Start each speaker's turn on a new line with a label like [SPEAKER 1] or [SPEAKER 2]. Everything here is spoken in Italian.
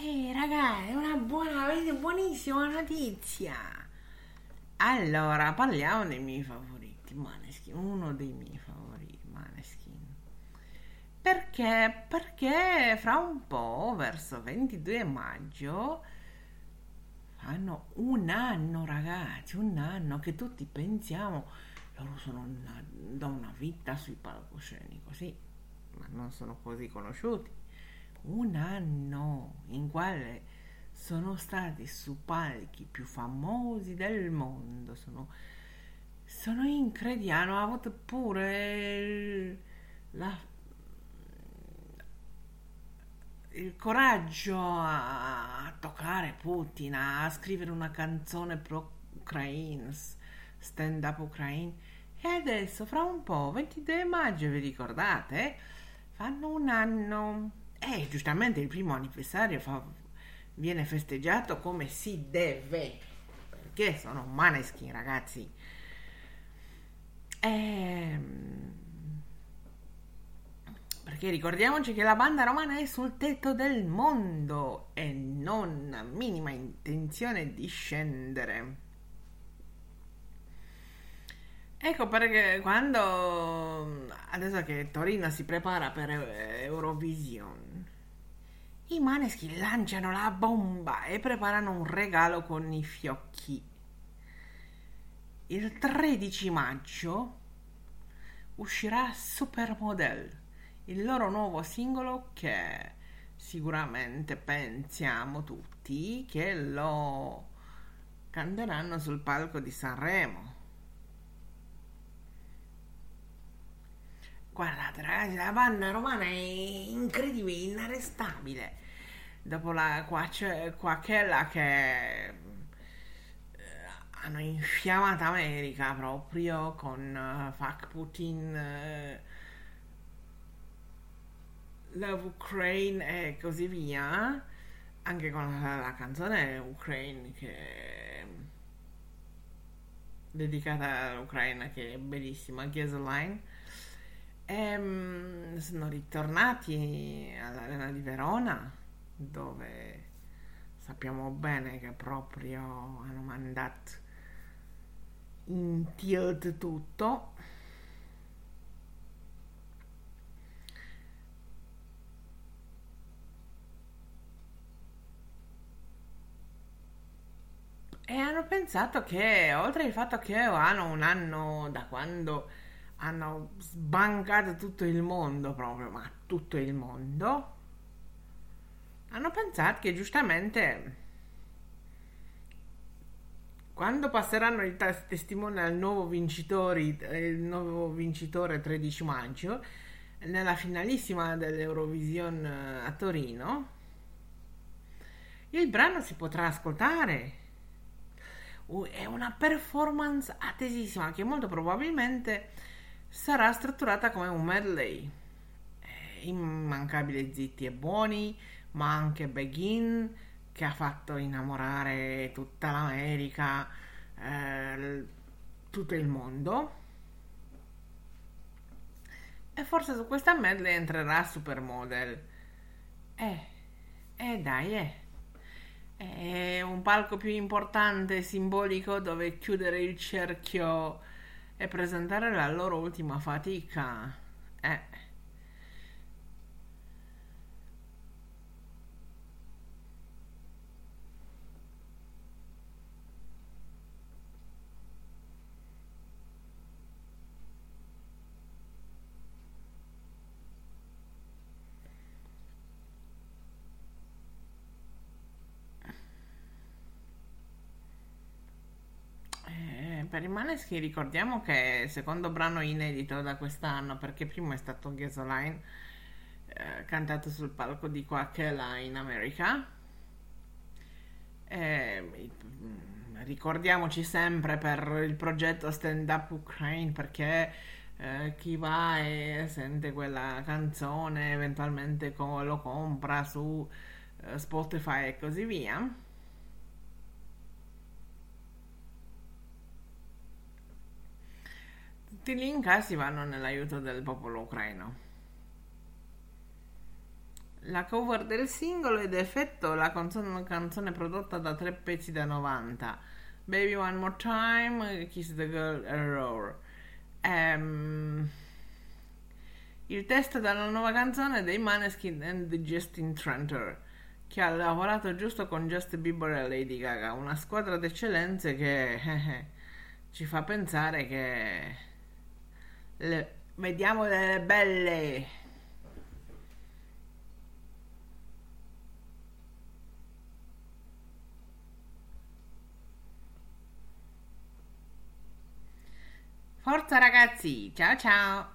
[SPEAKER 1] Ragazzi, è una buonissima notizia. Allora, parliamo dei miei favoriti, Maneskin, uno dei miei favoriti, Maneskin. Perché? Perché fra un po', verso 22 maggio, fanno un anno, ragazzi, un anno che tutti pensiamo, loro sono da una vita sui palcoscenici, sì, ma non sono così conosciuti. Un anno in quale sono stati su palchi più famosi del mondo, sono incredibili, hanno avuto pure il coraggio a toccare Putin, a scrivere una canzone pro Ukraine, stand up Ukraine. E adesso, fra un po', 22 maggio, vi ricordate? Fanno un anno. E giustamente il primo anniversario viene festeggiato come si deve. Perché sono Maneskin, ragazzi. Perché ricordiamoci che la banda romana è sul tetto del mondo e non ha minima intenzione di scendere. Ecco perché quando adesso che Torino si prepara per Eurovision, i Maneskin lanciano la bomba e preparano un regalo con i fiocchi. Il 13 maggio uscirà Supermodel, il loro nuovo singolo che sicuramente pensiamo tutti che lo canteranno sul palco di Sanremo. Guardate ragazzi, la banda romana è incredibile, inarrestabile. Dopo quella che hanno infiammato America proprio con Fuck Putin, Love Ukraine e così via, anche con la canzone Ukraine che è dedicata all'Ucraina, che è bellissima, Gasoline. Sono ritornati all'Arena di Verona, dove sappiamo bene che proprio hanno mandato in tilt tutto. E hanno pensato che, oltre al fatto che hanno un anno da quando hanno sbancato tutto il mondo, proprio, ma tutto il mondo, hanno pensato che giustamente quando passeranno i testimoni al nuovo vincitore, il nuovo vincitore 13 maggio, nella finalissima dell'Eurovision a Torino, il brano si potrà ascoltare. È una performance attesissima che molto probabilmente sarà strutturata come un medley. Immancabile Zitti e Buoni, ma anche Begin che ha fatto innamorare tutta l'America, tutto il mondo. E forse su questa medley entrerà Supermodel. Eh, dai, È un palco più importante, simbolico, dove chiudere il cerchio e presentare la loro ultima fatica. Eh. Per i Maneskin ricordiamo che è il secondo brano inedito da quest'anno, perché prima è stato Gasoline, cantato sul palco di Coachella in America. Ricordiamoci sempre per il progetto Stand Up Ukraine, perché chi va e sente quella canzone eventualmente lo compra su Spotify e così via. Tutti gli incassi vanno nell'aiuto del popolo ucraino. La cover del singolo ed effetto la canzone prodotta da tre pezzi da 90. Baby One More Time, Kiss the Girl Error. Ehm, il testo della nuova canzone dei Maneskin and Justin Tranter, che ha lavorato giusto con Justin Bieber e Lady Gaga, una squadra d'eccellenze che ci fa pensare che vediamo delle belle. Forza ragazzi, ciao ciao!